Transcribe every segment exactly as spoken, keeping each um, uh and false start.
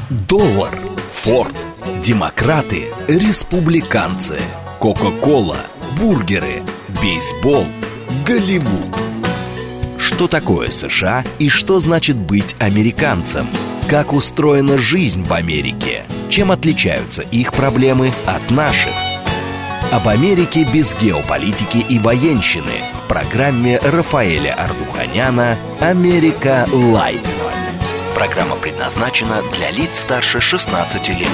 Доллар, Форд, демократы, республиканцы, Кока-кола, бургеры, бейсбол, Голливуд. Что такое США и что значит быть американцем? Как устроена жизнь в Америке? Чем отличаются их проблемы от наших? Об Америке без геополитики и военщины в программе Рафаэля Ардуханяна «Америка Лайт». Программа предназначена для лиц старше шестнадцати лет.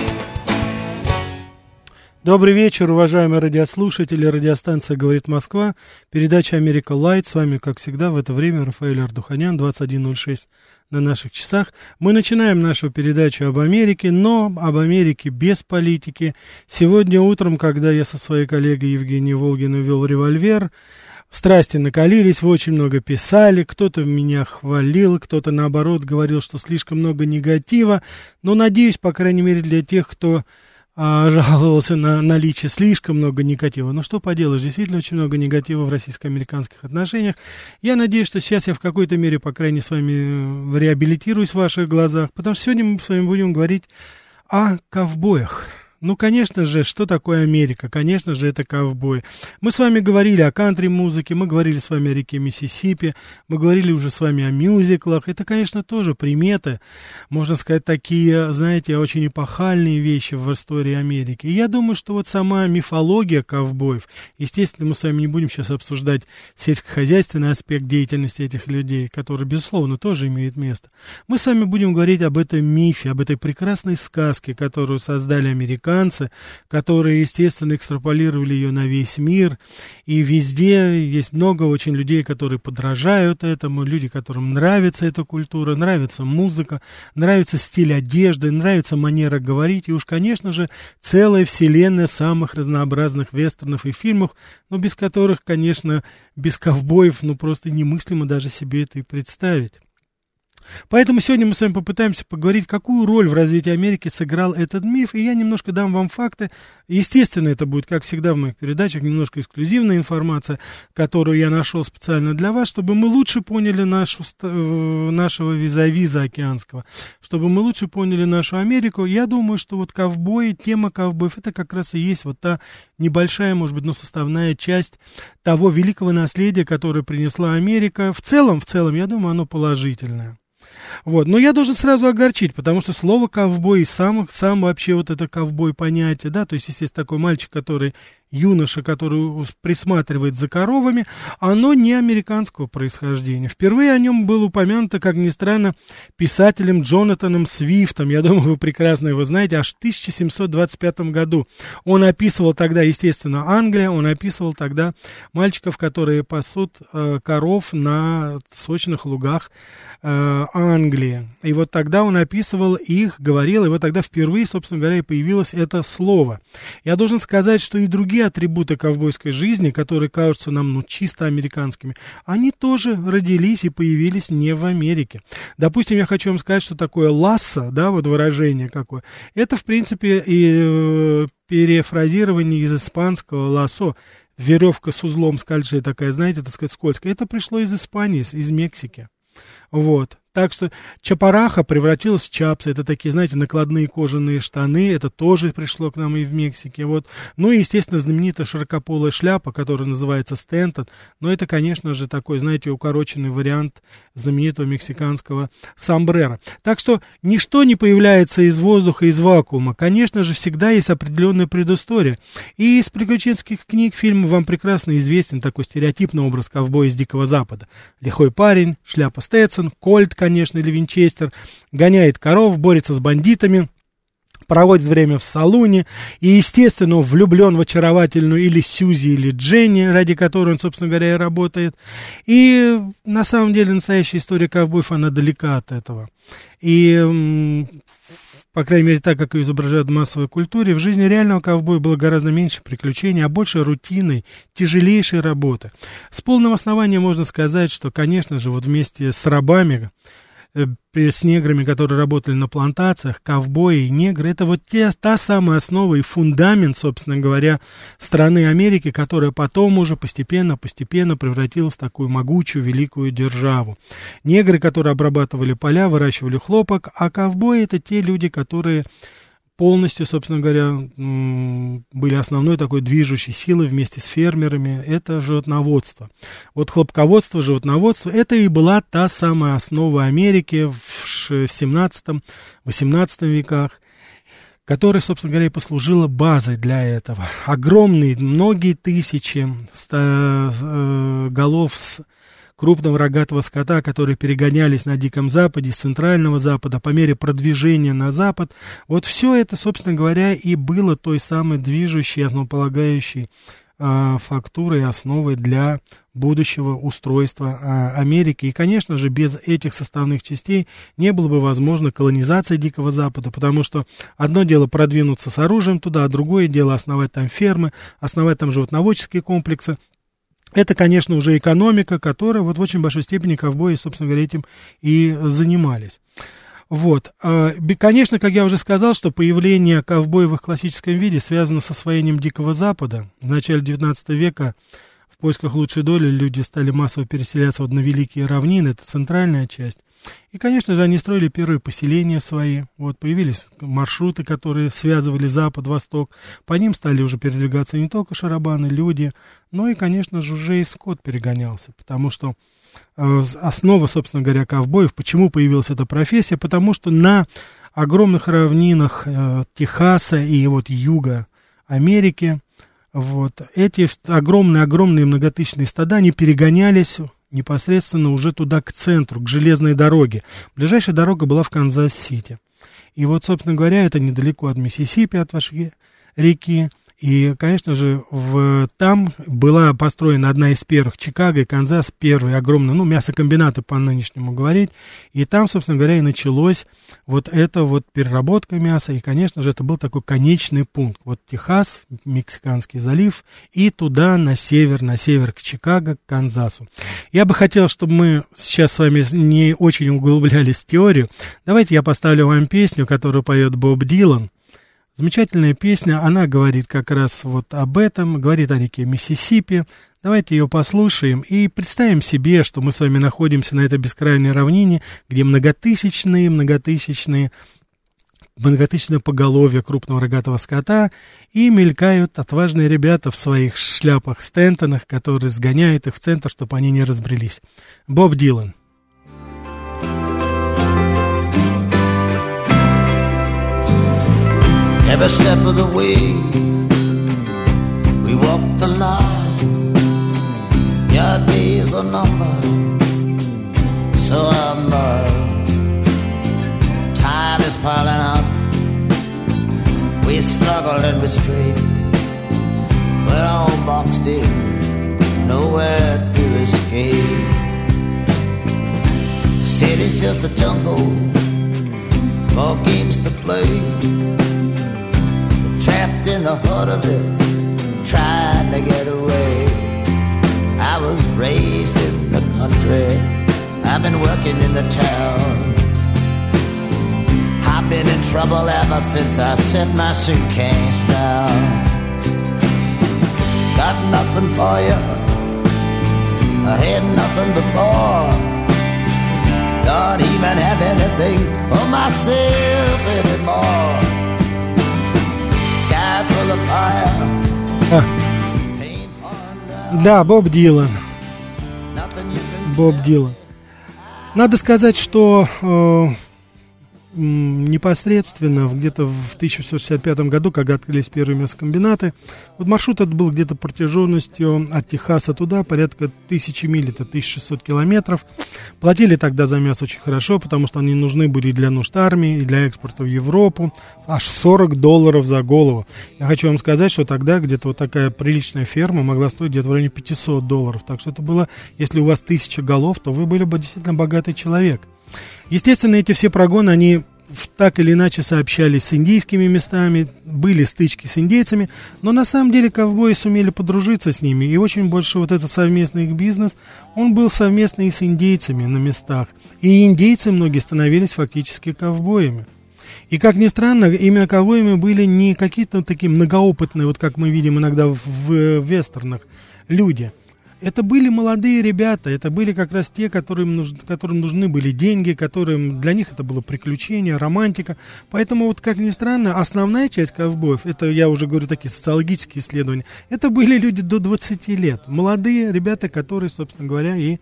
Добрый вечер, уважаемые радиослушатели. Радиостанция «Говорит Москва». Передача «Америка Лайт». С вами, как всегда, в это время Рафаэль Ардуханян, двадцать один ноль шесть на наших часах. Мы начинаем нашу передачу об Америке, но об Америке без политики. Сегодня утром, когда я со своей коллегой Евгенией Волгиной вел «Револьвер», страсти накалились, вы очень много писали, кто-то меня хвалил, кто-то, наоборот, говорил, что слишком много негатива. Но, надеюсь, по крайней мере, для тех, кто а, жаловался на наличие слишком много негатива. Ну, что поделаешь, действительно очень много негатива в российско-американских отношениях. Я надеюсь, что сейчас я в какой-то мере, по крайней мере, с вами реабилитируюсь в ваших глазах, потому что сегодня мы с вами будем говорить о ковбоях. Ну, конечно же, что такое Америка? Конечно же, это ковбои. Мы с вами говорили о кантри-музыке, мы говорили с вами о реке Миссисипи, мы говорили уже с вами о мюзиклах. Это, конечно, тоже приметы, можно сказать, такие, знаете, очень эпохальные вещи в истории Америки. И я думаю, что вот сама мифология ковбоев, естественно, мы с вами не будем сейчас обсуждать сельскохозяйственный аспект деятельности этих людей, который, безусловно, тоже имеет место. Мы с вами будем говорить об этом мифе, об этой прекрасной сказке, которую создали американцы, которые, естественно, экстраполировали ее на весь мир, и везде есть много очень людей, которые подражают этому, люди, которым нравится эта культура, нравится музыка, нравится стиль одежды, нравится манера говорить, и уж, конечно же, целая вселенная самых разнообразных вестернов и фильмов, но без которых, конечно, без ковбоев, ну, просто немыслимо даже себе это и представить. Поэтому сегодня мы с вами попытаемся поговорить, какую роль в развитии Америки сыграл этот миф, и я немножко дам вам факты. Естественно, это будет, как всегда в моих передачах, немножко эксклюзивная информация, которую я нашел специально для вас, чтобы мы лучше поняли нашу, нашего визави заокеанского, чтобы мы лучше поняли нашу Америку. Я думаю, что вот ковбои, тема ковбоев, это как раз и есть вот та небольшая, может быть, но составная часть того великого наследия, которое принесла Америка. В целом, в целом, я думаю, оно положительное. Вот. Но я должен сразу огорчить, потому что слово ковбой, сам, сам вообще вот это ковбой понятие, да, то есть, естественно, такой мальчик, который, юноша, который присматривает за коровами, оно не американского происхождения. Впервые о нем было упомянуто, как ни странно, писателем Джонатаном Свифтом, я думаю, вы прекрасно его знаете, аж в тысяча семьсот двадцать пятом году. Он описывал тогда, естественно, Англия, он описывал тогда мальчиков, которые пасут э, коров на сочных лугах э, Англии. И вот тогда он описывал их, говорил, и вот тогда впервые, собственно говоря, и появилось это слово. Я должен сказать, что и другие атрибуты ковбойской жизни, которые кажутся нам, ну, чисто американскими, они тоже родились и появились не в Америке. Допустим, я хочу вам сказать, что такое лассо, да, вот выражение какое, это, в принципе, и э, перефразирование из испанского лассо, веревка с узлом скользкая такая, знаете, так сказать, скользкая, это пришло из Испании, из Мексики. Вот. Так что чапараха превратилась в чапсы. Это такие, знаете, накладные кожаные штаны. Это тоже пришло к нам и в Мексике. Вот. Ну и, естественно, знаменитая широкополая шляпа, которая называется Стентон. Но это, конечно же, такой, знаете, укороченный вариант знаменитого мексиканского сомбреро. Так что ничто не появляется из воздуха, из вакуума. Конечно же, всегда есть определенная предыстория. И из приключенческих книг, фильмов вам прекрасно известен такой стереотипный образ ковбоя из Дикого Запада. Лихой парень, шляпа Стетсон, кольт, конечно, или винчестер, гоняет коров, борется с бандитами, проводит время в салуне и, естественно, влюблен в очаровательную или Сьюзи, или Дженни, ради которой он, собственно говоря, и работает. И, на самом деле, настоящая история ковбоев, она далека от этого. И, по крайней мере, так, как ее изображают в массовой культуре, в жизни реального ковбоя было гораздо меньше приключений, а больше рутинной, тяжелейшей работы. С полным основанием можно сказать, что, конечно же, вот вместе с рабами, с неграми, которые работали на плантациях, ковбои, негры, это вот те, та самая основа и фундамент, собственно говоря, страны Америки, которая потом уже постепенно-постепенно превратилась в такую могучую, великую державу. Негры, которые обрабатывали поля, выращивали хлопок, а ковбои это те люди, которые полностью, собственно говоря, были основной такой движущей силой вместе с фермерами, это животноводство. Вот хлопководство, животноводство, это и была та самая основа Америки в семнадцатом-восемнадцатом веках, которая, собственно говоря, и послужила базой для этого. Огромные, многие тысячи ста, э, голов с крупного рогатого скота, которые перегонялись на Диком Западе, с Центрального Запада, по мере продвижения на Запад. Вот все это, собственно говоря, и было той самой движущей, основополагающей э, фактурой, основой для будущего устройства э, Америки. И, конечно же, без этих составных частей не было бы возможно колонизация Дикого Запада, потому что одно дело продвинуться с оружием туда, а другое дело основать там фермы, основать там животноводческие комплексы. Это, конечно, уже экономика, которая вот в очень большой степени ковбои, собственно говоря, этим и занимались. Вот. Конечно, как я уже сказал, что появление ковбоя в их классическом виде связано с освоением Дикого Запада. В начале девятнадцатого века в поисках лучшей доли люди стали массово переселяться вот на Великие равнины, это центральная часть. И, конечно же, они строили первые поселения свои. Вот, появились маршруты, которые связывали Запад, Восток. По ним стали уже передвигаться не только шарабаны, люди, но и, конечно же, уже и скот перегонялся. Потому что э, основа, собственно говоря, ковбоев, почему появилась эта профессия? Потому что на огромных равнинах э, Техаса и вот юга Америки вот, эти огромные-огромные многотысячные стада, они перегонялись непосредственно уже туда, к центру, к железной дороге. Ближайшая дорога была в Канзас-Сити. И вот, собственно говоря, это недалеко от Миссисипи, от вашей реки. И, конечно же, в, там была построена одна из первых, Чикаго и Канзас, первые огромные, ну, мясокомбинаты по-нынешнему говорить. И там, собственно говоря, и началось вот эта вот переработка мяса. И, конечно же, это был такой конечный пункт. Вот Техас, Мексиканский залив, и туда, на север, на север к Чикаго, к Канзасу. Я бы хотел, чтобы мы сейчас с вами не очень углублялись в теорию. Давайте я поставлю вам песню, которую поет Боб Дилан. Замечательная песня, она говорит как раз вот об этом, говорит о реке Миссисипи. Давайте ее послушаем и представим себе, что мы с вами находимся на этой бескрайней равнине, где многотысячные, многотысячные, многотысячное поголовье крупного рогатого скота, и мелькают отважные ребята в своих шляпах Стентонах, которые сгоняют их в центр, чтобы они не разбрелись. Боб Дилан. Every step of the way, we walk the line. Your days are numbered, so am I. Time is piling up. We struggled and we strayed. We're all boxed in, nowhere to escape. City's just a jungle, more games to play. Trapped in the heart of it, trying to get away. I was raised in the country, I've been working in the town. I've been in trouble ever since I set my suitcase down. Got nothing for you, I had nothing before. Don't even have anything for myself anymore. А. Да, Боб Дилан. Боб Дилан. Надо сказать, что э, непосредственно где-то в тысяча восемьсот шестьдесят пятом году, когда открылись первые мясокомбинаты, вот маршрут этот был где-то протяженностью от Техаса туда порядка тысячи миль, это тысяча шестьсот километров. Платили тогда за мясо очень хорошо, потому что они нужны были и для нужд армии, и для экспорта в Европу. Аж сорок долларов за голову. Я хочу вам сказать, что тогда где-то вот такая приличная ферма могла стоить где-то в районе пятьсот долларов. Так что это было, если у вас тысяча голов, то вы были бы действительно богатый человек. Естественно, эти все прогоны, они так или иначе сообщались с индейскими местами, были стычки с индейцами, но на самом деле ковбои сумели подружиться с ними, и очень больше вот этот совместный их бизнес, он был совместный и с индейцами на местах, и индейцы многие становились фактически ковбоями. И, как ни странно, именно ковбоями были не какие-то такие многоопытные, вот как мы видим иногда в, в вестернах, люди. Это были молодые ребята, это были как раз те, которым, нуж, которым нужны были деньги, которым, для них это было приключение, романтика. Поэтому, вот как ни странно, основная часть ковбоев, это я уже говорю такие социологические исследования, это были люди до двадцати лет. Молодые ребята, которые, собственно говоря, и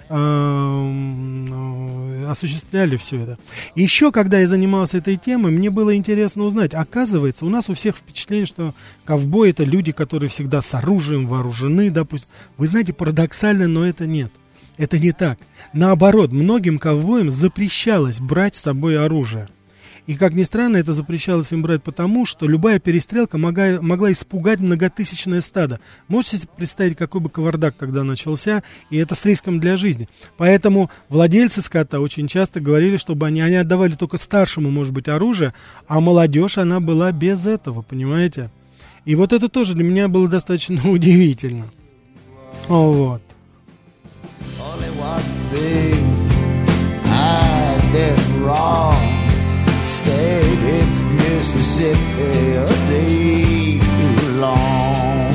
э, осуществляли все это. И еще, когда я занимался этой темой, мне было интересно узнать, оказывается, у нас у всех впечатление, что ковбои это люди, которые всегда с оружием вооружены, допустим. Вы знаете, парадоксально, но это нет. Это не так. Наоборот, многим ковбоям запрещалось брать с собой оружие. И, как ни странно, это запрещалось им брать потому, что любая перестрелка могла, могла испугать многотысячное стадо. Можете себе представить, какой бы кавардак тогда начался, и это с риском для жизни. Поэтому владельцы скота очень часто говорили, чтобы они, они отдавали только старшему, может быть, оружие, а молодежь, она была без этого, понимаете? И вот это тоже для меня было достаточно удивительно. О, вот. Only one thing I did wrong. Stayed in Mississippi a day long.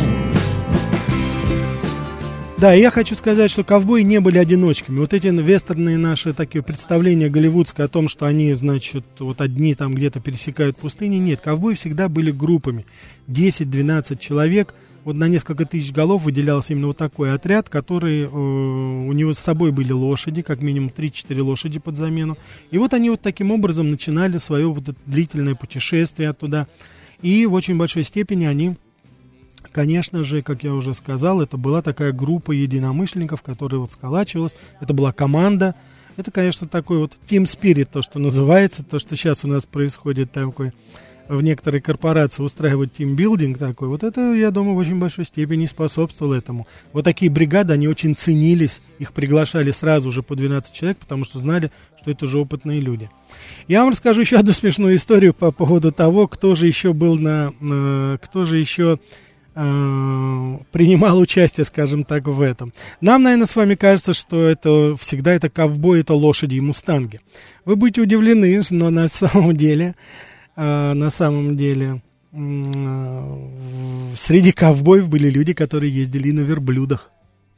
Да, и я хочу сказать, что ковбои не были одиночками. Вот эти вестерные наши такие представления голливудские о том, что они, значит, вот одни там где-то пересекают пустыни. Нет, ковбои всегда были группами. десять-двенадцать человек. Вот на несколько тысяч голов выделялся именно вот такой отряд, который, э, у него с собой были лошади, как минимум три-четыре лошади под замену. И вот они вот таким образом начинали свое вот это длительное путешествие туда. И в очень большой степени они, конечно же, как я уже сказал, это была такая группа единомышленников, которая вот сколачивалась. Это была команда. Это, конечно, такой вот team spirit, то, что называется, то, что сейчас у нас происходит такой... в некоторые корпорации устраивать тимбилдинг такой, вот это, я думаю, в очень большой степени способствовало этому. Вот такие бригады, они очень ценились, их приглашали сразу же по двенадцать человек, потому что знали, что это уже опытные люди. Я вам расскажу еще одну смешную историю по поводу того, кто же еще был на, э, кто же еще э, принимал участие, скажем так, в этом. Нам, наверное, с вами кажется, что это всегда это ковбои, это лошади и мустанги. Вы будете удивлены, но на самом деле... А, на самом деле а, среди ковбоев были люди, которые ездили на верблюдах.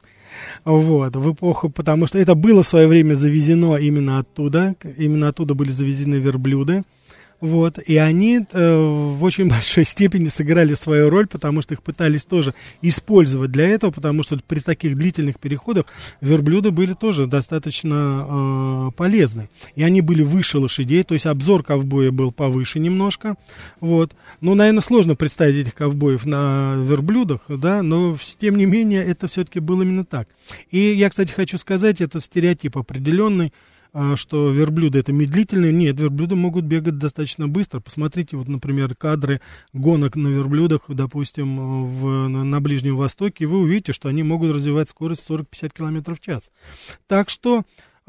Вот, в эпоху, потому что это было в свое время завезено именно оттуда, именно оттуда были завезены верблюды. Вот, и они э, в очень большой степени сыграли свою роль, потому что их пытались тоже использовать для этого, потому что при таких длительных переходах верблюды были тоже достаточно э, полезны. И они были выше лошадей, то есть обзор ковбоя был повыше немножко. Вот. Ну, наверное, сложно представить этих ковбоев на верблюдах, да, но тем не менее это все-таки было именно так. И я, кстати, хочу сказать, это стереотип определенный, что верблюды это медлительные. Нет, верблюды могут бегать достаточно быстро. Посмотрите, вот, например, кадры гонок на верблюдах, допустим, в, на, на Ближнем Востоке, и вы увидите, что они могут развивать скорость сорок-пятьдесят километров в час. Так что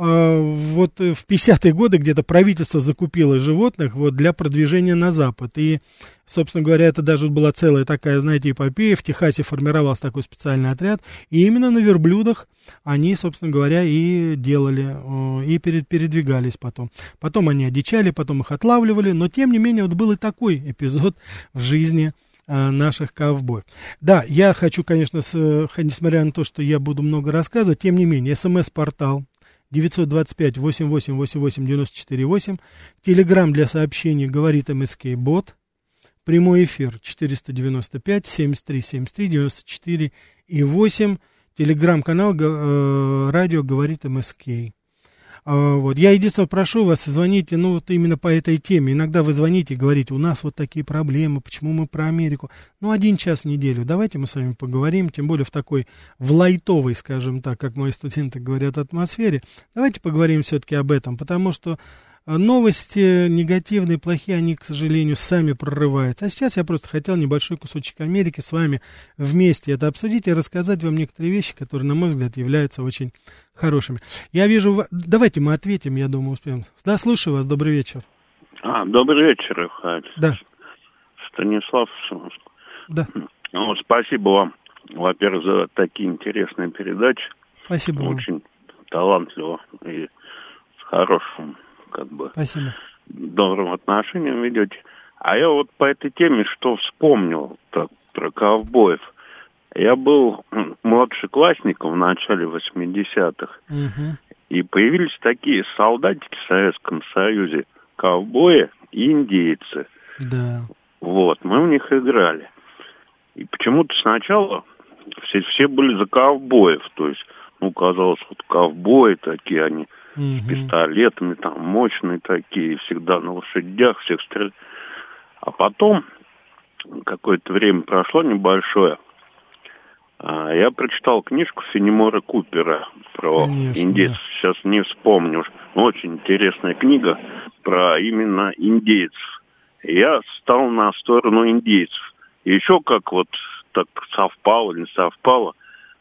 вот в пятидесятые годы где-то правительство закупило животных вот для продвижения на Запад. И, собственно говоря, это даже была целая такая, знаете, эпопея. В Техасе формировался такой специальный отряд. И именно на верблюдах они, собственно говоря, и делали, и передвигались потом. Потом они одичали, потом их отлавливали. Но, тем не менее, вот был и такой эпизод в жизни наших ковбоев. Да, я хочу, конечно, с, несмотря на то, что я буду много рассказывать, тем не менее, смс-портал девятьсот двадцать пять восемь восемь восемь восемь девяносто четыре восемь, телеграм для сообщений говорит МСК бот, прямой эфир четыреста девяносто пять семьдесят три семьдесят три девяносто четыре и восемь, телеграм-канал э, радио говорит МСК. Вот. Я единственное прошу вас, звоните, ну, вот именно по этой теме. Иногда вы звоните и говорите, у нас вот такие проблемы, почему мы про Америку. Ну, один час в неделю, давайте мы с вами поговорим, тем более в такой, в лайтовой, скажем так, как мои студенты говорят, атмосфере. Давайте поговорим все-таки об этом, потому что новости негативные, плохие, они, к сожалению, сами прорываются. А сейчас я просто хотел небольшой кусочек Америки с вами вместе это обсудить и рассказать вам некоторые вещи, которые, на мой взгляд, являются очень хорошими. Я вижу... Давайте мы ответим, я думаю, успеем. Да, слушаю вас, добрый вечер. А, добрый вечер, Рафаэль. Да. Станислав. Да. Ну, спасибо вам, во-первых, за такие интересные передачи. Спасибо вам. Очень талантливо и с хорошим, как бы, Спасибо. добрым отношением ведете. А я вот по этой теме что вспомнил так, про ковбоев. Я был младшеклассником в начале восьмидесятых, Угу. и появились такие солдатики в Советском Союзе, ковбои и индейцы. Да. Вот, мы в них играли. И почему-то сначала все, все были за ковбоев, то есть, ну, казалось, вот ковбои такие, они Угу. с пистолетами, там, мощные такие, всегда на лошадях, всех стреляют. А потом, какое-то время прошло небольшое, я прочитал книжку Фенемора Купера про Конечно, индейцев. да. Сейчас не вспомню уж. Очень интересная книга про именно индейцев. И я стал на сторону индейцев. И еще как вот так совпало, не совпало,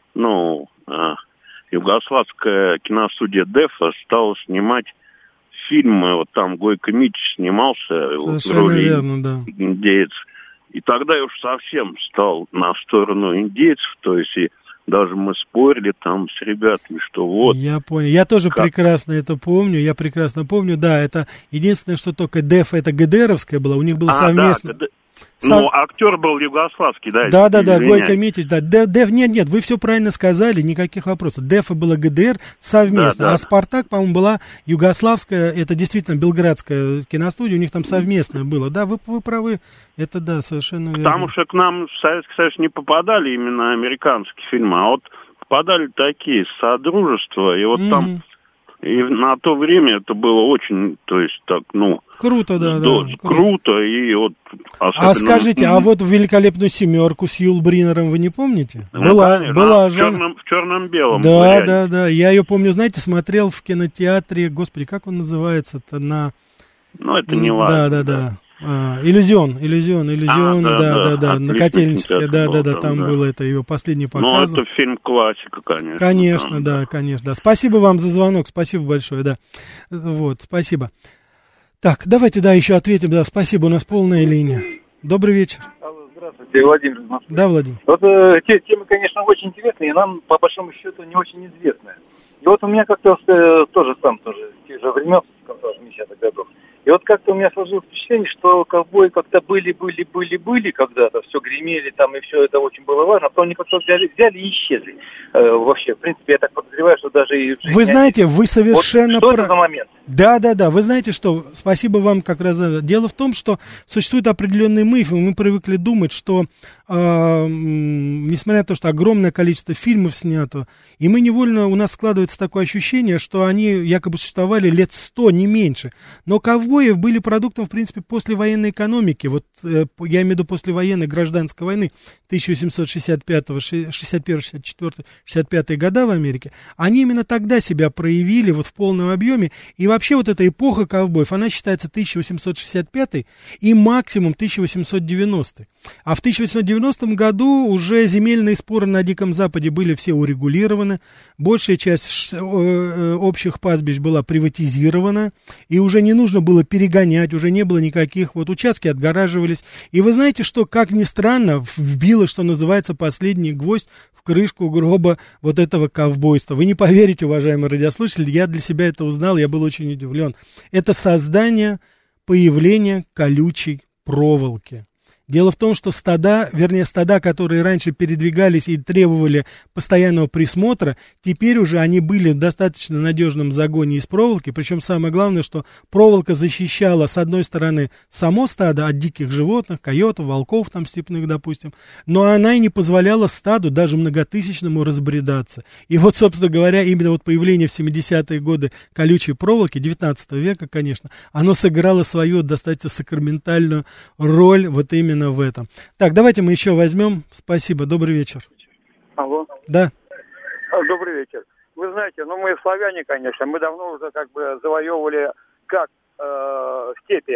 ну, э, югославская киностудия ДЭФа стала снимать фильмы, вот там Гойко Митич снимался вот, в роли верно, да. индейцев. И тогда я уж совсем стал на сторону индейцев, то есть и даже мы спорили там с ребятами, что вот... Я понял. Я тоже как... прекрасно это помню, я прекрасно помню, да, это единственное, что только ДЭФ, это ГДРовская была, у них было а, совместно... Да, Сам... Ну, актер был югославский, да? Да, да, да, Гойко Митич, да. Деф, нет, нет, вы все правильно сказали, никаких вопросов. Дефа была ГДР совместно, да, да. А Спартак, по-моему, была югославская, это действительно белградская киностудия, у них там совместное было. Да, вы, вы правы, это да, совершенно верно. Потому что к нам в Советский Союз не попадали именно американские фильмы, а вот попадали такие содружества, и вот mm-hmm. там... И на то время это было очень, то есть так, ну... Круто, да, да. да. Круто, и вот... Особенно... А скажите, а вот «Великолепную семерку» с Юл Бринером вы не помните? Ну, была, конечно, была в, же... черном, в черном-белом Да, варианте. да, да, я ее помню, знаете, смотрел в кинотеатре, господи, как он называется-то, на... Ну, это не важно. Да, да, да. А, иллюзион, иллюзион, иллюзион, а, да, да, да, да, на Котельнической, да, да, да, там да. было это его последний показ. Ну, это фильм классика, конечно. Конечно, там, да, конечно, да. Спасибо вам за звонок, спасибо большое, да. Вот, спасибо. Так, давайте, да, еще ответим, да, спасибо, у нас полная линия. Добрый вечер. Алло, здравствуйте, Владимир. Да, Владимир. Вот э, те, темы, конечно, очень интересные, и нам, по большому счету, не очень известны. И вот у меня как-то э, тоже сам, тоже, в тех же времен, с конца восьмидесятых годов, и вот как-то у меня сложилось впечатление, что ковбои как-то были, были, были, были когда-то, все гремели там, и все это очень было важно, а потом они как-то взяли, взяли и исчезли. Э, вообще, в принципе, я так подозреваю, что даже и... Вы знаете, вы совершенно... Вот, что это за момент? Да, да, да, вы знаете, что, спасибо вам как раз. Дело в том, что существуют определенные мифы, мы привыкли думать, что, э, несмотря на то, что огромное количество фильмов снято, и мы невольно, у нас складывается такое ощущение, что они якобы существовали лет сто, не меньше. Но ковбои были продуктом, в принципе, послевоенной экономики, вот э, я имею в виду послевоенной гражданской войны тысяча восемьсот шестьдесят пятого, шестьдесят первого, шестьдесят четвёртого, шестьдесят пятого года в Америке. Они именно тогда себя проявили вот в полном объеме, и вообще вот эта эпоха ковбоев, она считается тысяча восемьсот шестьдесят пятый и максимум тысяча восемьсот девяностый. А в тысяча восемьсот девяностом году уже земельные споры на Диком Западе были все урегулированы, большая часть общих пастбищ была приватизирована, и уже не нужно было перегонять, уже не было никаких, вот участки отгораживались. И вы знаете, что, как ни странно, вбило, что называется, последний гвоздь в крышку гроба вот этого ковбойства. Вы не поверите, уважаемые радиослушатели, я для себя это узнал, я был очень удивлен. Это создание, появление колючей проволоки. Дело в том, что стада, вернее стада, которые раньше передвигались и требовали постоянного присмотра, теперь уже они были в достаточно надежном загоне из проволоки. Причем самое главное, что проволока защищала, с одной стороны, само стадо от диких животных, койотов, волков там степных, допустим, но она и не позволяла стаду, даже многотысячному, разбредаться. И вот, собственно говоря, именно вот появление в семидесятые годы колючей проволоки, девятнадцатого века, конечно, оно сыграло свою достаточно сакраментальную роль вот именно в этом. Так, давайте мы еще возьмем. Спасибо, добрый вечер. Алло. Да. Добрый вечер. Вы знаете, ну мы славяне, конечно, мы давно уже как бы завоевывали как э, степи.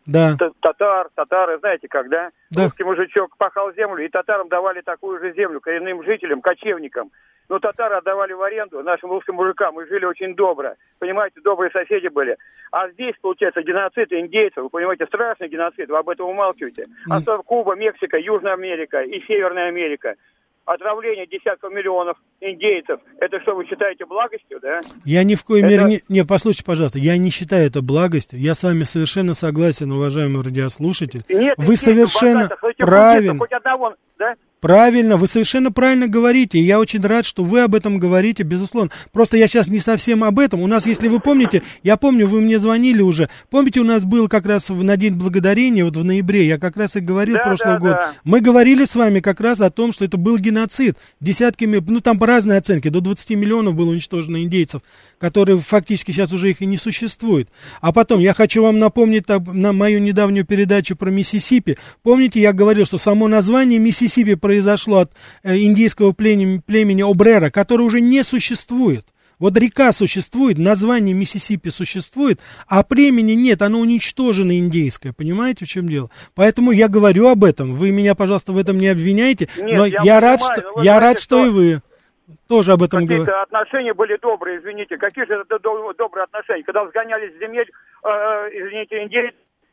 Да. Татар, татары, знаете как, да? Да. Русский мужичок пахал землю, и татарам давали такую же землю, коренным жителям, кочевникам. Но татары отдавали в аренду нашим русским мужикам, и жили очень добро. Понимаете, добрые соседи были. А здесь, получается, геноцид индейцев, вы понимаете, страшный геноцид, вы об этом умалчиваете. А то Куба, Мексика, Южная Америка и Северная Америка. Отравление десятков миллионов индейцев. Это что, вы считаете благостью, да? Я ни в коей это... мере не... Не, послушайте, пожалуйста, я не считаю это благостью. Я с вами совершенно согласен, уважаемый радиослушатель. Нет, вы совершенно правильно... Хоть одного, да? Правильно, вы совершенно правильно говорите, и я очень рад, что вы об этом говорите, безусловно. Просто я сейчас не совсем об этом. У нас, если вы помните, я помню, вы мне звонили уже, помните, у нас был как раз на День Благодарения, вот в ноябре, я как раз и говорил да, прошлый да, год. Да. Мы говорили с вами как раз о том, что это был геноцид. Десятки, ну там по разной оценке, до двадцати миллионов было уничтожено индейцев, которые фактически сейчас уже их и не существует. А потом, я хочу вам напомнить так, на мою недавнюю передачу про Миссисипи. Помните, я говорил, что само название Миссисипи произошло от э, индейского племени, племени Обрера, которое уже не существует. Вот река существует, название Миссисипи существует, а племени нет, оно уничтожено индейское, понимаете, в чем дело? Поэтому я говорю об этом, вы меня, пожалуйста, в этом не обвиняйте, нет, но я, я понимаю, рад, что, но я знаете, рад, что, что и вы тоже об этом говорите. Какие-то отношения были добрые, извините, какие же это добрые отношения, когда сгонялись с земель, э, извините, индейцы,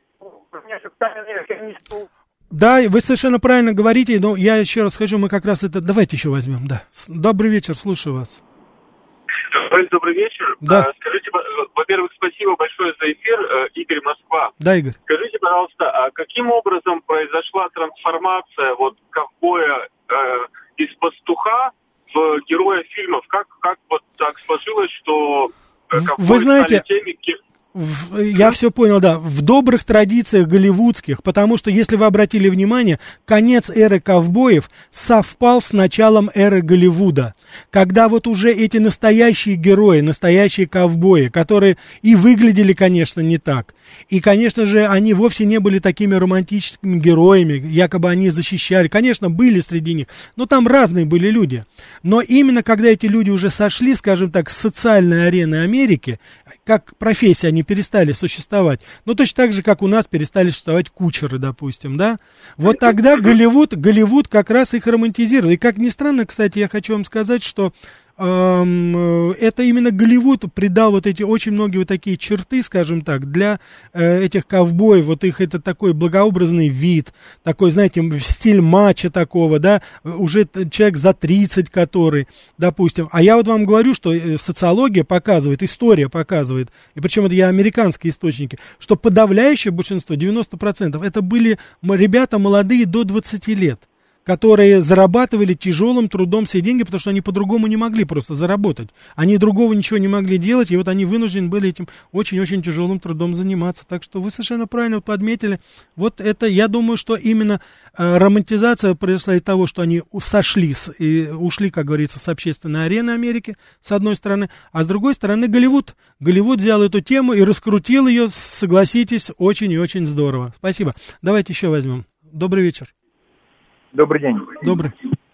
да, вы совершенно правильно говорите, но я еще раз хочу, мы как раз это... Давайте еще возьмем, да. Добрый вечер, слушаю вас. Добрый вечер. Да. Скажите, во-первых, спасибо большое за эфир, Игорь, Москва. Да, Игорь. Скажите, пожалуйста, а каким образом произошла трансформация вот ковбоя э, из пастуха в героя фильмов? Как, как вот так сложилось, что ковбои вы знаете... стали теми, кем... В, я все понял, да, в добрых традициях голливудских, потому что, если вы обратили внимание, конец эры ковбоев совпал с началом эры Голливуда, когда вот уже эти настоящие герои, настоящие ковбои, которые и выглядели, конечно, не так, и, конечно же, они вовсе не были такими романтическими героями, якобы они защищали, конечно, были среди них, но там разные были люди, но именно когда эти люди уже сошли, скажем так, с социальной арены Америки, как профессия, они перестали существовать. Ну, точно так же, как у нас перестали существовать кучеры, допустим, да? Вот тогда Голливуд, Голливуд как раз их романтизировал. И, как ни странно, кстати, я хочу вам сказать, что эм, это именно Голливуд придал вот эти очень многие вот такие черты, скажем так, для э, этих ковбоев, вот их это такой благообразный вид, такой, знаете, стиль матча такого, да, уже человек за тридцать который, допустим. А я вот вам говорю, что социология показывает, история показывает, и причем это я американские источники, что подавляющее большинство, девяносто процентов, это были ребята молодые до двадцати лет, которые зарабатывали тяжелым трудом все деньги, потому что они по-другому не могли просто заработать. Они другого ничего не могли делать, и вот они вынуждены были этим очень-очень тяжелым трудом заниматься. Так что вы совершенно правильно подметили. Вот это, я думаю, что именно э, романтизация произошла из того, что они сошли с, и ушли, как говорится, с общественной арены Америки, с одной стороны, а с другой стороны Голливуд. Голливуд взял эту тему и раскрутил ее, согласитесь, очень и очень здорово. Спасибо. Давайте еще возьмем. Добрый вечер. Добрый день. Добрый.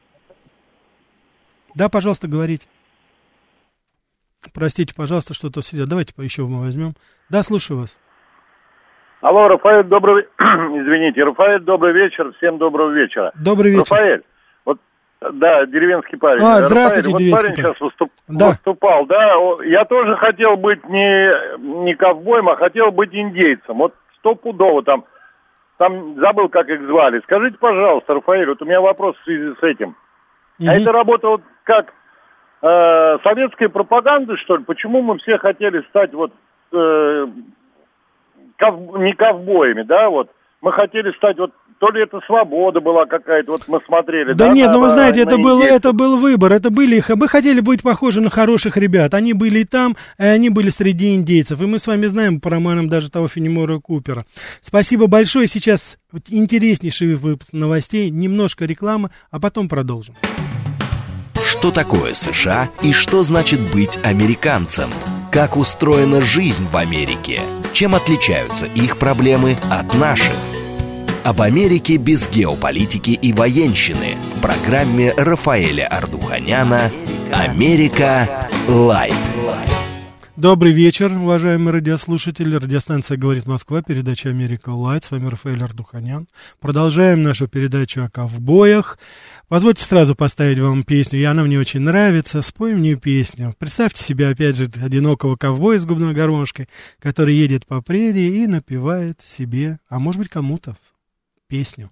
Да, пожалуйста, говорите. Простите, пожалуйста, что-то сидят. Давайте еще мы возьмем. Да, слушаю вас. Алло, Рафаэль, добрый... Извините, Рафаэль, добрый вечер. Всем доброго вечера. Добрый вечер. Рафаэль, вот, да, деревенский парень. А, здравствуйте, Рафаэль, деревенский вот парень парень. сейчас выступ... да. выступал, да. Я тоже хотел быть не, не ковбоем, а хотел быть индейцем. Вот стопудово там... Там забыл, как их звали. Скажите, пожалуйста, Рафаэль, вот у меня вопрос в связи с этим. Mm-hmm. А это работало как э, советская пропаганда, что ли? Почему мы все хотели стать вот э, ков... не ковбоями, да, вот? Мы хотели стать вот, то ли это свобода была какая-то, вот мы смотрели. Да, да нет, на, ну вы знаете, это был, это был выбор, это были их, мы хотели быть похожи на хороших ребят, они были и там, и они были среди индейцев, и мы с вами знаем по романам даже того Фенемора Купера. Спасибо большое, сейчас интереснейший выпуск новостей, немножко рекламы, а потом продолжим. Что такое США и что значит быть американцем? Как устроена жизнь в Америке? Чем отличаются их проблемы от наших? Об Америке без геополитики и военщины в программе Рафаэля Ардуханяна «Америка. Лайв». Добрый вечер, уважаемые радиослушатели. Радиостанция «Говорит Москва», передача «Америка Лайт». С вами Рафаэль Ардуханян. Продолжаем нашу передачу о ковбоях. Позвольте сразу поставить вам песню, и она мне очень нравится. Спой мне песню. Представьте себе, опять же, одинокого ковбоя с губной гармошкой, который едет по прерии и напевает себе, а может быть кому-то, песню.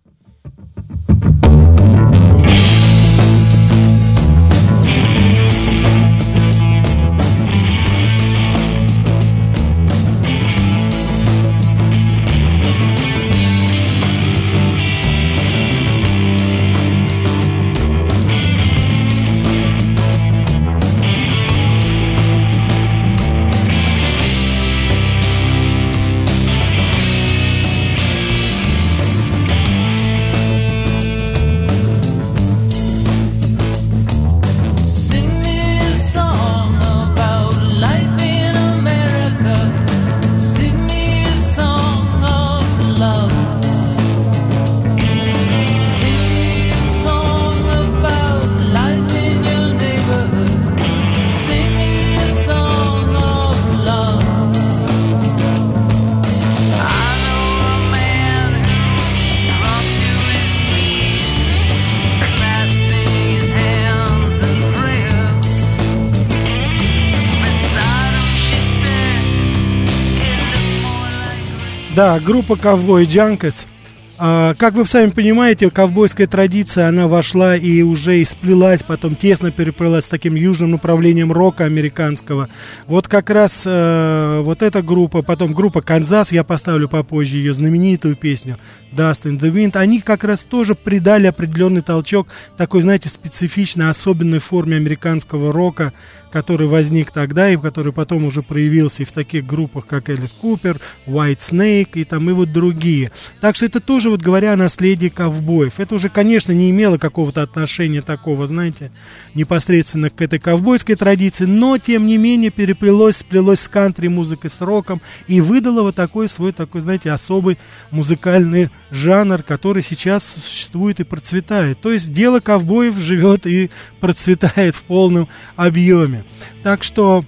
Да, группа «Ковбой Джанкес». А, как вы сами понимаете, ковбойская традиция, она вошла и уже исплелась, потом тесно переплелась с таким южным направлением рока американского. Вот как раз э, вот эта группа, потом группа «Канзас», я поставлю попозже ее знаменитую песню «Dust in the Wind», они как раз тоже придали определенный толчок такой, знаете, специфичной, особенной форме американского рока, который возник тогда и который потом уже проявился и в таких группах, как Элис Купер, White Snake и там и вот другие. Так что это тоже, вот говоря о наследии ковбоев, это уже, конечно, не имело какого-то отношения такого, знаете, непосредственно к этой ковбойской традиции, но, тем не менее, переплелось, сплелось с кантри-музыкой, с роком и выдало вот такой свой, такой, знаете, особый музыкальный жанр, который сейчас существует и процветает. То есть дело ковбоев живет и процветает в полном объеме. Так что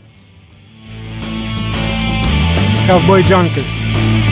«Ковбой Джанкес».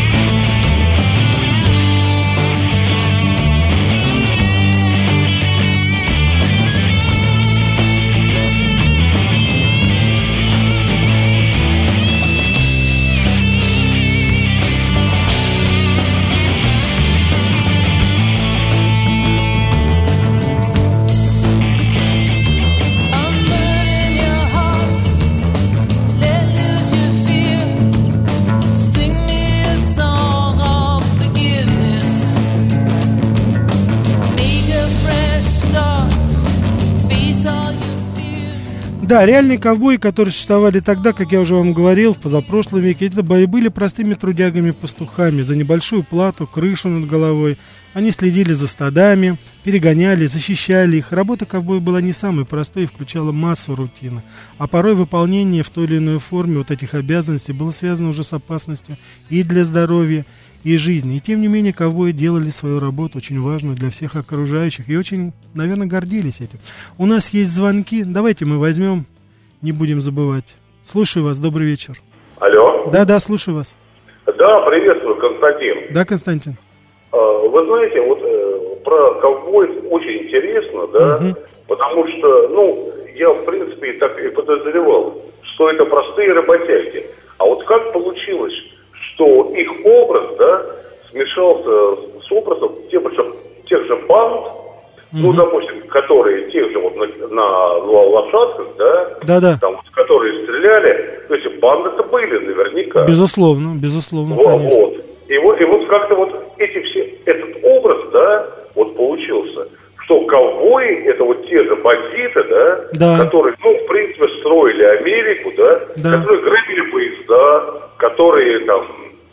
Да, реальные ковбои, которые существовали тогда, как я уже вам говорил, в позапрошлом веке, это были простыми трудягами-пастухами за небольшую плату, крышу над головой. Они следили за стадами, перегоняли, защищали их. Работа ковбоя была не самой простой и включала массу рутины. А порой выполнение в той или иной форме вот этих обязанностей было связано уже с опасностью и для здоровья, и жизни. И тем не менее ковбои делали свою работу очень важную для всех окружающих и очень, наверное, гордились этим. У нас есть звонки, давайте мы возьмем, не будем забывать. Слушаю вас, добрый вечер. Алло. Да-да, слушаю вас. Да, приветствую, Константин. Да, Константин. Вы знаете, вот э, про ковбоев очень интересно, да, угу. Потому что, ну, я, в принципе, так и подозревал, что это простые работяги. А вот как получилось, что их образ, да, смешался с образом тех же, тех же банд, mm-hmm. ну, допустим, которые тех же вот на, на лошадках, да, да-да. Там, вот, которые стреляли, то есть банды-то были наверняка. Безусловно, безусловно, вот, конечно. Вот. И вот, и вот как-то вот эти все, этот образ, да, вот получился, что ковбои, это вот те же бандиты, да, да. которые, ну, в принципе, строили Америку, да, да. которые грабили поезда, которые там,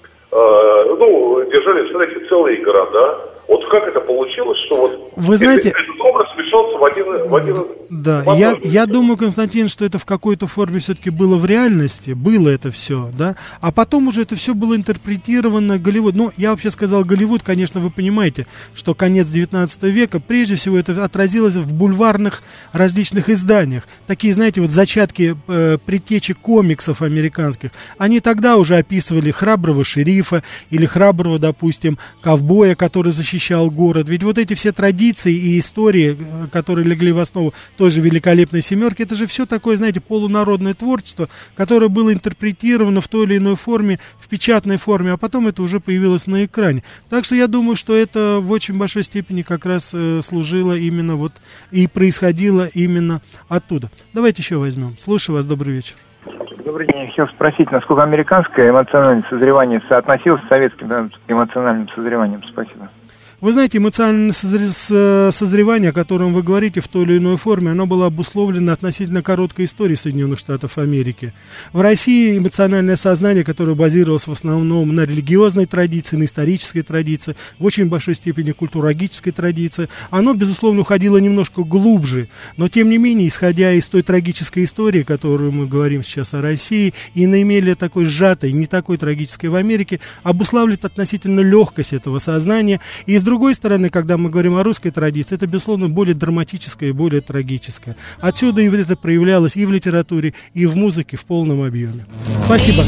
э, ну, держали, кстати, целые города. Вот как это получилось, что вот Вы знаете... этот, этот образ смешался в один... В один да, я, я думаю, Константин, что это в какой-то форме все-таки было в реальности, было это все, да, а потом уже это все было интерпретировано Голливуд. Ну, я вообще сказал Голливуд, конечно, вы понимаете, что конец девятнадцатого века, прежде всего, это отразилось в бульварных различных изданиях. Такие, знаете, вот зачатки э, предтечи комиксов американских, они тогда уже описывали храброго шерифа или храброго, допустим, ковбоя, который защищал город. Ведь вот эти все традиции и истории, которые легли в основу той же «Великолепной семерки», это же все такое, знаете, полународное творчество, которое было интерпретировано в той или иной форме, в печатной форме, а потом это уже появилось на экране. Так что я думаю, что это в очень большой степени как раз э, служило именно вот и происходило именно оттуда. Давайте еще возьмем. Слушаю вас, добрый вечер. Добрый день. Я хотел спросить, насколько американское эмоциональное созревание соотносилось с советским да, эмоциональным созреванием? Спасибо. Вы знаете, эмоциональное созревание, о котором вы говорите в той или иной форме, оно было обусловлено относительно короткой историей Соединенных Штатов Америки. В России эмоциональное сознание, которое базировалось в основном на религиозной традиции, на исторической традиции, в очень большой степени культурологической традиции, оно, безусловно, уходило немножко глубже. Но, тем не менее, исходя из той трагической истории, которую мы говорим сейчас о России, и наименее такой сжатой, не такой трагической в Америке, обуславливает относительно легкость этого сознания. И с другой стороны, когда мы говорим о русской традиции, это, безусловно, более драматическое и более трагическое. Отсюда и это проявлялось и в литературе, и в музыке в полном объеме. Спасибо.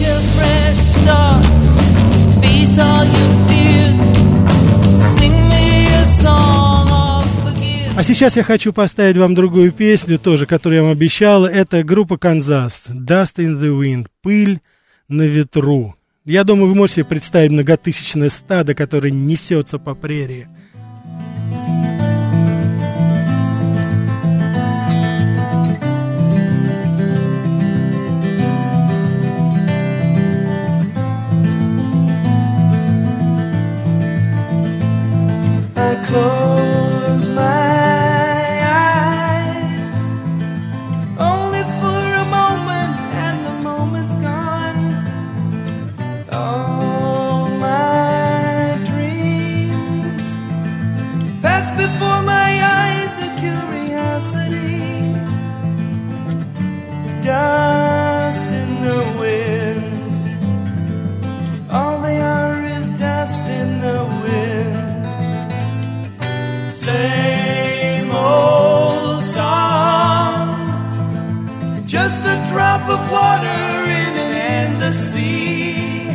А сейчас я хочу поставить вам другую песню, тоже, которую я вам обещал. Это группа «Канзас». «Dust in the Wind». «Пыль на ветру». Я думаю, вы можете себе представить многотысячное стадо, которое несется по прерии. Before my eyes a curiosity, dust in the wind, all they are is dust in the wind. Same old song, just a drop of water in an endless sea.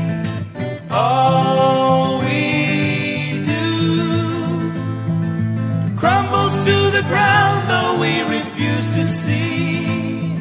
All we do crumbles to the ground, though we refuse to see.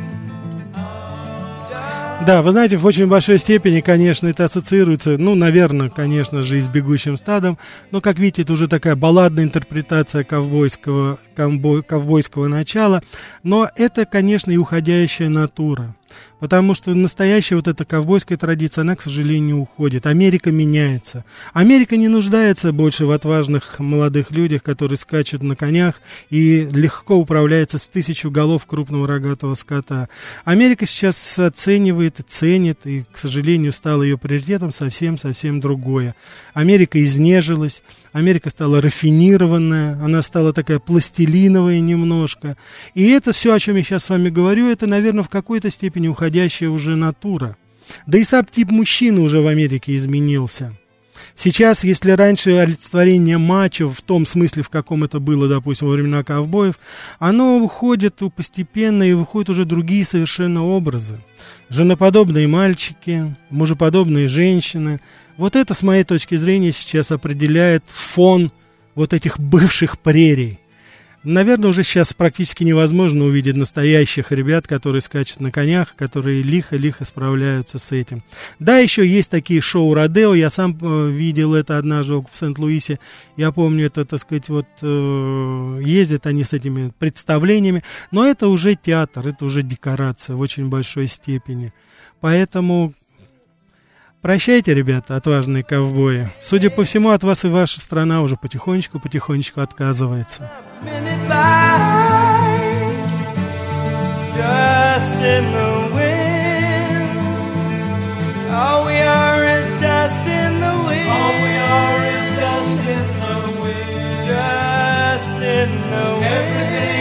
Да, вы знаете, в очень большой степени, конечно, это ассоциируется, ну, наверное, конечно же, и с «Бегущим стадом», но, как видите, это уже такая балладная интерпретация ковбойского, ковбой, ковбойского начала, но это, конечно, и уходящая натура. Потому что настоящая вот эта ковбойская традиция, она, к сожалению, уходит. Америка меняется. Америка не нуждается больше в отважных молодых людях, которые скачут на конях и легко управляются с тысячу голов крупного рогатого скота. Америка сейчас оценивает и ценит, и, к сожалению, стало ее приоритетом совсем-совсем другое. Америка изнежилась, Америка стала рафинированная, она стала такая пластилиновая немножко. И это все, о чем я сейчас с вами говорю, это, наверное, в какой-то степени уходящая уже натура. Да и сам тип мужчины уже в Америке изменился. Сейчас, если раньше олицетворение мачо, в том смысле, в каком это было, допустим, во времена ковбоев, оно уходит постепенно, и выходят уже другие совершенно образы. Женоподобные мальчики, мужеподобные женщины. Вот это, с моей точки зрения, сейчас определяет фон вот этих бывших прерий. Наверное, уже сейчас практически невозможно увидеть настоящих ребят, которые скачут на конях, которые лихо-лихо справляются с этим. Да, еще есть такие шоу «Родео», я сам э, видел это однажды в Сент-Луисе. Я помню, это, так сказать, вот э, ездят они с этими представлениями, но это уже театр, это уже декорация в очень большой степени. Поэтому... Прощайте, ребята, отважные ковбои. Судя по всему, от вас и ваша страна уже потихонечку-потихонечку отказывается. Dust in the wind. All we are is dust in the wind. All we are is dust in the wind. Dust in the wind. Everything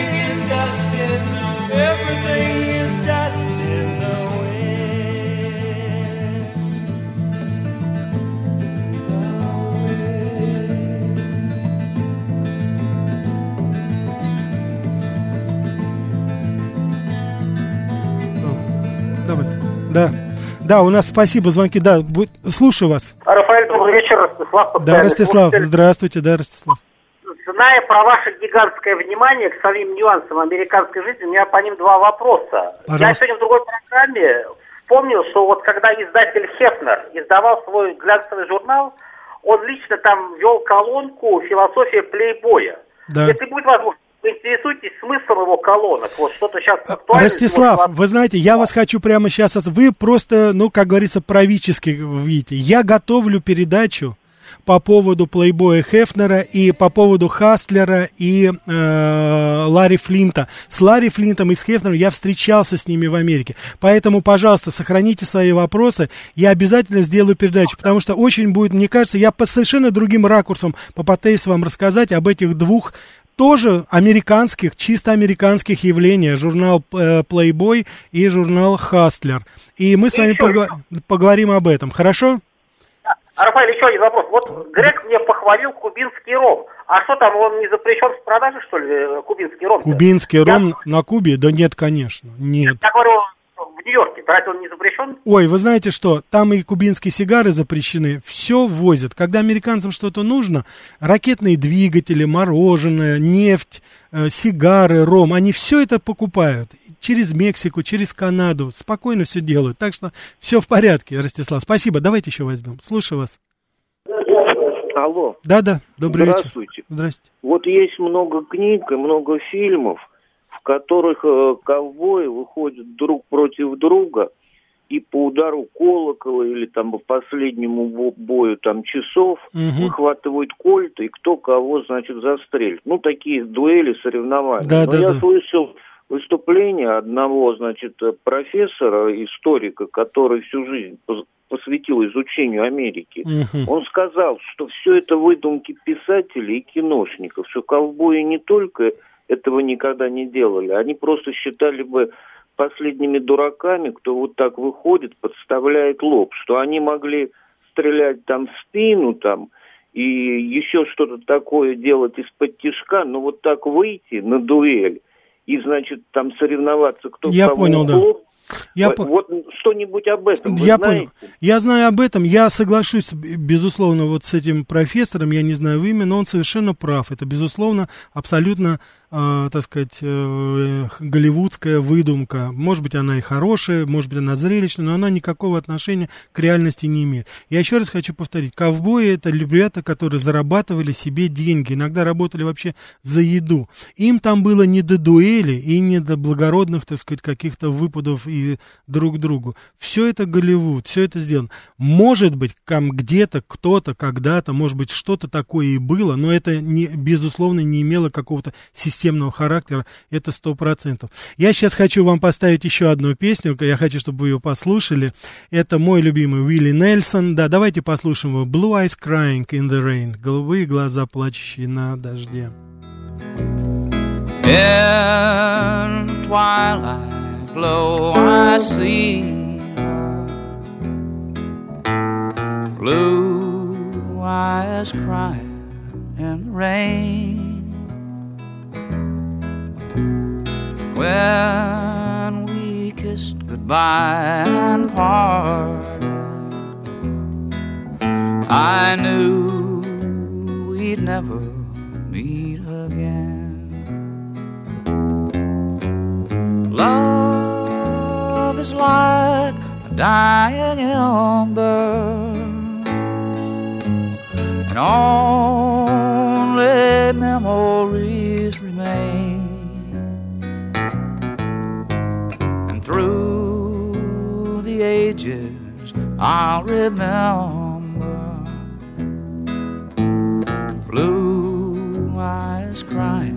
Да. Да, у нас спасибо, звонки. Да, будет... слушаю вас. Рафаэль, добрый вечер, Ростислав. Да, Ростислав, слушатель. Здравствуйте, да, Ростислав. Зная про ваше гигантское внимание к самим нюансам американской жизни, у меня по ним два вопроса. Пожалуйста. Я сегодня в другой программе вспомнил, что вот когда издатель Хефнер издавал свой глянцевый журнал, он лично там вел колонку «Философия плейбоя». Да. Если будет возможность, вы интересуетесь смыслом его колонок? Вот что-то сейчас актуально. Ростислав, может, вы знаете, я вас хочу прямо сейчас... Вы просто, ну, как говорится, правительски видите. Я готовлю передачу по поводу плейбоя Хефнера и по поводу Хастлера и э, Ларри Флинта. С Ларри Флинтом и с Хефнером я встречался с ними в Америке. Поэтому, пожалуйста, сохраните свои вопросы. Я обязательно сделаю передачу, потому что очень будет, мне кажется, я по совершенно другим ракурсам попытаюсь вам рассказать об этих двух тоже американских, чисто американских явлениях. Журнал э, Playboy и журнал Hustler. И мы с вами пог- поговорим об этом. Хорошо? Рафаэль, еще один вопрос. Вот Грег мне похвалил кубинский ром. А что там, он не запрещен в продаже, что ли, кубинский ром? Кубинский я... ром на Кубе? Да нет, конечно, нет. Я говорю, в Нью-Йорке, разве он не запрещен? Ой, вы знаете что, там и кубинские сигары запрещены, все возят. Когда американцам что-то нужно, ракетные двигатели, мороженое, нефть, э, сигары, ром, они все это покупают. Через Мексику, через Канаду, спокойно все делают. Так что все в порядке, Ростислав. Спасибо, давайте еще возьмем. Слушаю вас. Алло. Да-да, добрый Здравствуйте. вечер. Здравствуйте. Вот есть много книг и много фильмов, в которых э, ковбои выходят друг против друга и по удару колокола или там по последнему бою там часов угу. выхватывают кольта и кто кого, значит, застрелит. Ну, такие дуэли, соревнования. Да, Но да, я да. слышал выступление одного, значит, профессора, историка, который всю жизнь посвятил изучению Америки. Uh-huh. Он сказал, что все это выдумки писателей и киношников, что ковбои не только этого никогда не делали, они просто считали бы последними дураками, кто вот так выходит, подставляет лоб, что они могли стрелять там в спину там и еще что-то такое делать из-под тишка, но вот так выйти на дуэль и, значит, там соревноваться, кто Я кого понял, углуб. да. Я вот, по... вот что-нибудь об этом вы я знаете? Понял. Я знаю об этом, я соглашусь, безусловно, вот с этим профессором, я не знаю имя, но он совершенно прав. Это, безусловно, абсолютно, э, так сказать, э, голливудская выдумка. Может быть, она и хорошая, может быть, она зрелищная, но она никакого отношения к реальности не имеет. Я еще раз хочу повторить, ковбои — это ребята, которые зарабатывали себе деньги, иногда работали вообще за еду. Им там было не до дуэли и не до благородных, так сказать, каких-то выпадов и друг другу. Все это Голливуд, все это сделано. Может быть, там где-то, кто-то, когда-то, может быть, что-то такое и было, но это, не, безусловно, не имело какого-то системного характера, это сто процентов. Я сейчас хочу вам поставить еще одну песню, я хочу, чтобы вы ее послушали. Это мой любимый Уилли Нельсон. Да, давайте послушаем его. Blue Eyes Crying in the Rain. Голубые глаза, плачущие на дожде. In twilight glow I see blue eyes crying in the rain. When we kissed goodbye and parted, I knew we'd never meet again. Love is like a dying ember, and only memories remain. And through the ages I'll remember blue eyes crying.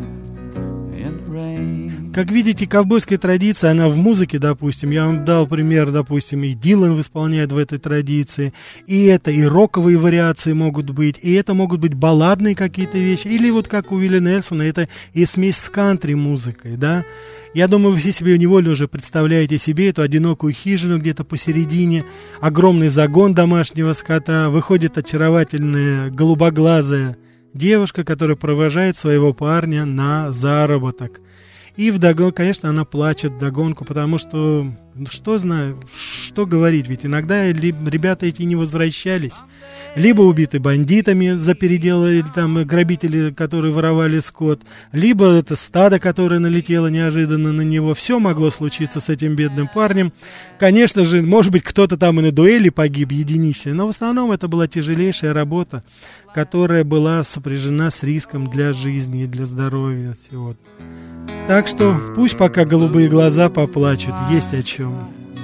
Как видите, ковбойская традиция, она в музыке, допустим, я вам дал пример, допустим, и Дилан исполняет в этой традиции, и это, и роковые вариации могут быть, и это могут быть балладные какие-то вещи, или вот как у Уилли Нельсона, это и смесь с кантри-музыкой, да. Я думаю, вы все себе невольно уже представляете себе эту одинокую хижину где-то посередине, огромный загон домашнего скота, выходит очаровательная голубоглазая девушка, которая провожает своего парня на заработок. И вдогонку, конечно, она плачет вдогонку, потому что, что знаю, что говорить, ведь иногда ребята эти не возвращались, либо убиты бандитами за передел, или там грабители, которые воровали скот, либо это стадо, которое налетело неожиданно на него. Все могло случиться с этим бедным парнем. Конечно же, может быть, кто-то там и на дуэли погиб, единицы, но в основном это была тяжелейшая работа, которая была сопряжена с риском для жизни и для здоровья всего. Так что пусть пока голубые глаза поплачут, есть о чем.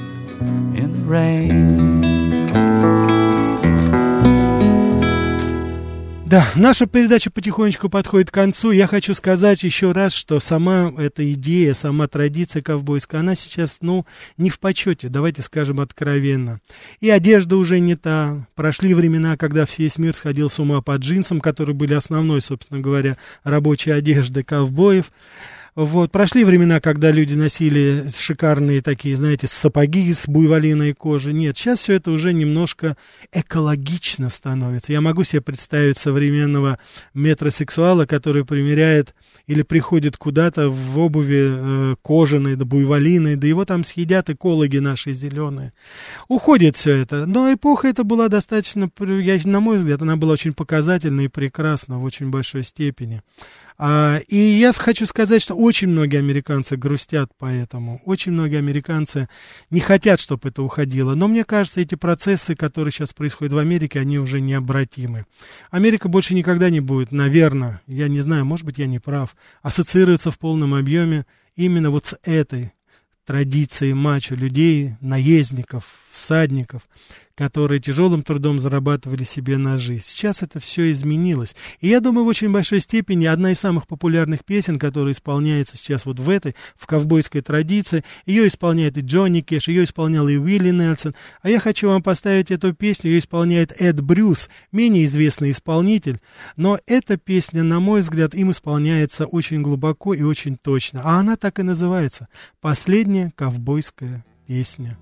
Да, наша передача потихонечку подходит к концу. Я хочу сказать еще раз, что сама эта идея, сама традиция ковбойская, она сейчас, ну, не в почете, давайте скажем откровенно. И одежда уже не та. Прошли времена, когда весь мир сходил с ума по джинсам, которые были основной, собственно говоря, рабочей одеждой ковбоев. Вот, прошли времена, когда люди носили шикарные такие, знаете, сапоги с буйволиной кожи. Нет, сейчас все это уже немножко экологично становится. Я могу себе представить современного метросексуала, который примеряет или приходит куда-то в обуви э, кожаной, да буйволиной, да его там съедят экологи наши зеленые. Уходит все это. Но эпоха эта была достаточно, я, на мой взгляд, она была очень показательна и прекрасна в очень большой степени. А, и я хочу сказать, что очень многие американцы грустят по этому. Очень многие американцы не хотят, чтобы это уходило. Но мне кажется, эти процессы, которые сейчас происходят в Америке, они уже необратимы. Америка больше никогда не будет, наверное, я не знаю, может быть, я не прав, ассоциироваться в полном объеме именно вот с этой традицией мачо, людей, наездников, всадников, которые тяжелым трудом зарабатывали себе на жизнь. Сейчас это все изменилось. И я думаю, в очень большой степени одна из самых популярных песен, которая исполняется сейчас вот в этой, в ковбойской традиции, ее исполняет и Джонни Кэш, ее исполнял и Уилли Нельсон. А я хочу вам поставить эту песню, ее исполняет Эд Брюс, менее известный исполнитель, но эта песня, на мой взгляд, им исполняется очень глубоко и очень точно. А она так и называется «Последняя ковбойская песня».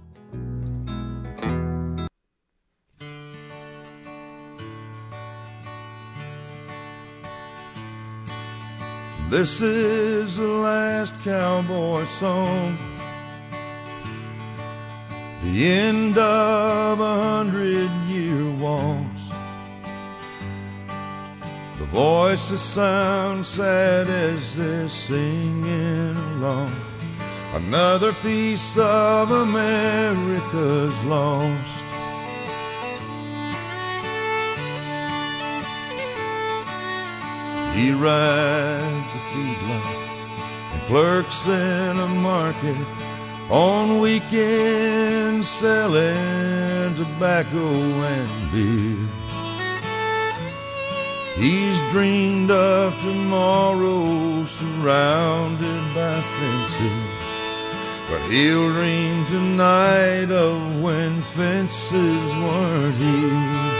This is the last cowboy song, the end of a hundred-year waltz. The voices sound sad as they're singing along. Another piece of America's lost. He rides a feedlot and clerks in a market, on weekends selling tobacco and beer. He's dreamed of tomorrow surrounded by fences, but he'll dream tonight of when fences weren't here.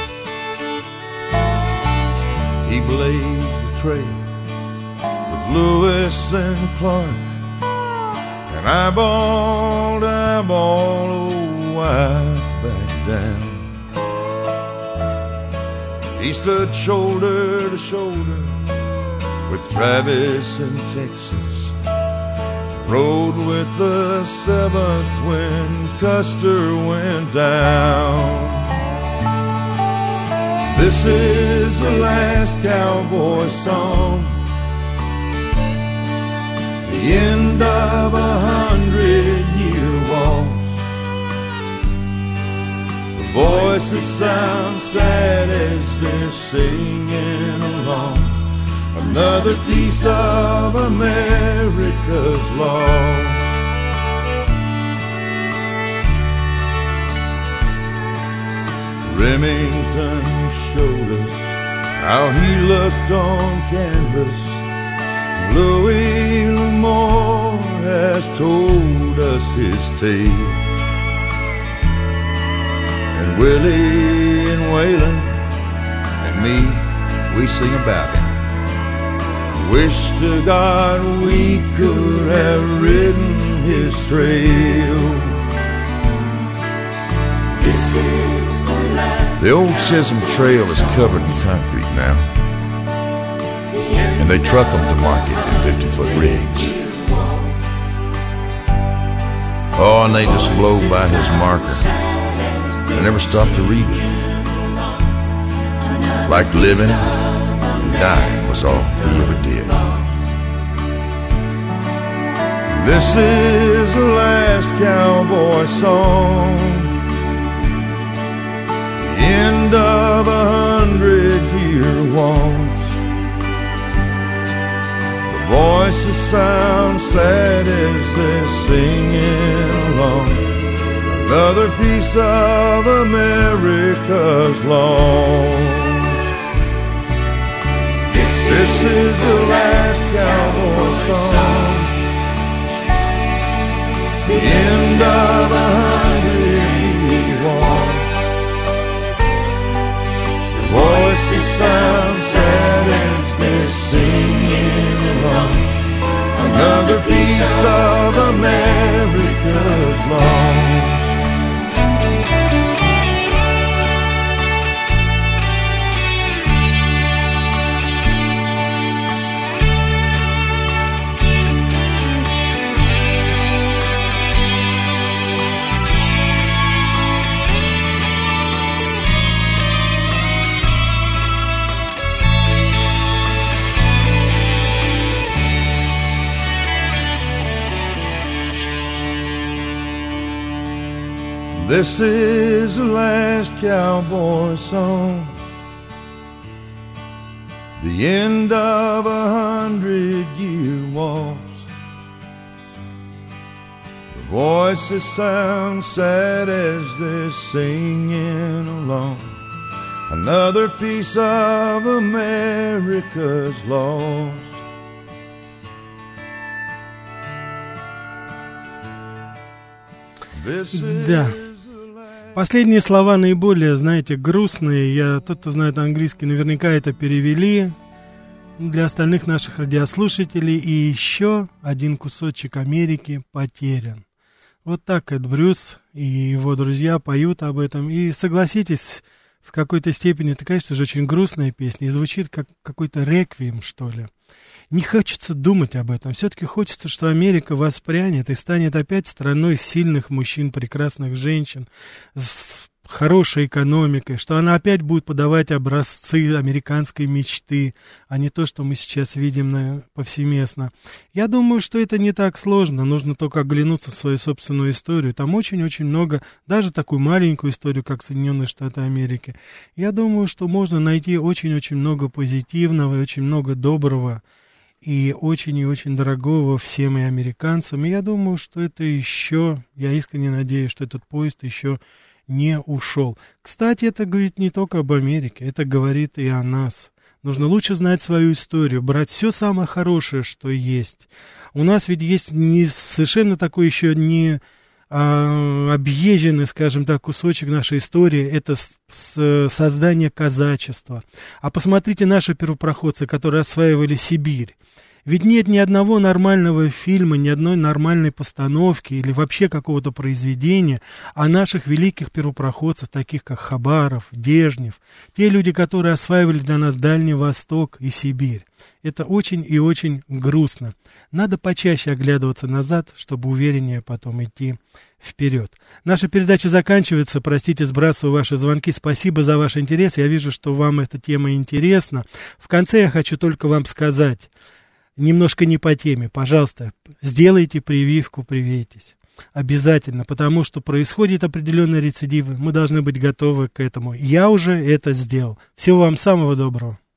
He blazed trail with Lewis and Clark, and eyeball to eyeball, oh, why back down? He stood shoulder to shoulder with Travis in Texas, rode with the seventh when Custer went down. This is the last cowboy song, the end of a hundred-year waltz. The voices sound sad as they're singing along. Another piece of America's lost. Remington showed us how he looked on canvas. Louis L'Amour has told us his tale, and Willie and Waylon and me, we sing about him. Wish to God we could have ridden his trail. This is the old Chisholm Trail is covered in concrete now, and they truck them to market in fifty-foot rigs. Oh, and they just blow by his marker. They never stop to read it. Like living and dying was all he ever did. This is the last cowboy song, the end of a hundred-year waltz. The voices sound sad as they're singing along. Another piece of America's lost. This is the last cowboy song, the end of a hundred-year waltz. The voices sound sad as they're singing along. Another piece of America's lost. This is the last cowboy song, the end of a hundred-year waltz. The voices sound sad as they're singing along. Another piece of America's lost. Да. Последние слова наиболее, знаете, грустные. Я, тот, кто знает английский, наверняка это перевели для остальных наших радиослушателей. И еще один кусочек Америки потерян. Вот так Эд Брюс и его друзья поют об этом. И согласитесь, в какой-то степени это, конечно же, очень грустная песня. И звучит как какой-то реквием, что ли. Не хочется думать об этом. Все-таки хочется, что Америка воспрянет и станет опять страной сильных мужчин, прекрасных женщин, с хорошей экономикой, что она опять будет подавать образцы американской мечты, а не то, что мы сейчас видим на, повсеместно. Я думаю, что это не так сложно. Нужно только оглянуться в свою собственную историю. Там очень-очень много, даже такую маленькую историю, как Соединенные Штаты Америки. Я думаю, что можно найти очень-очень много позитивного и очень много доброго, и очень и очень дорогого всем и американцам. И я думаю, что это еще, я искренне надеюсь, что этот поезд еще не ушел. Кстати, это говорит не только об Америке, это говорит и о нас. Нужно лучше знать свою историю, брать все самое хорошее, что есть. У нас ведь есть не совершенно такой еще не а, объезженный, скажем так, кусочек нашей истории. Это с, с, создание казачества. А посмотрите наши первопроходцы, которые осваивали Сибирь. Ведь нет ни одного нормального фильма, ни одной нормальной постановки или вообще какого-то произведения о наших великих первопроходцах, таких как Хабаров, Дежнев, те люди, которые осваивали для нас Дальний Восток и Сибирь. Это очень и очень грустно. Надо почаще оглядываться назад, чтобы увереннее потом идти вперед. Наша передача заканчивается. Простите, сбрасываю ваши звонки. Спасибо за ваш интерес. Я вижу, что вам эта тема интересна. В конце я хочу только вам сказать, немножко не по теме, пожалуйста, сделайте прививку, привейтесь. Обязательно, потому что происходят определенные рецидивы. Мы должны быть готовы к этому. Я уже это сделал. Всего вам самого доброго.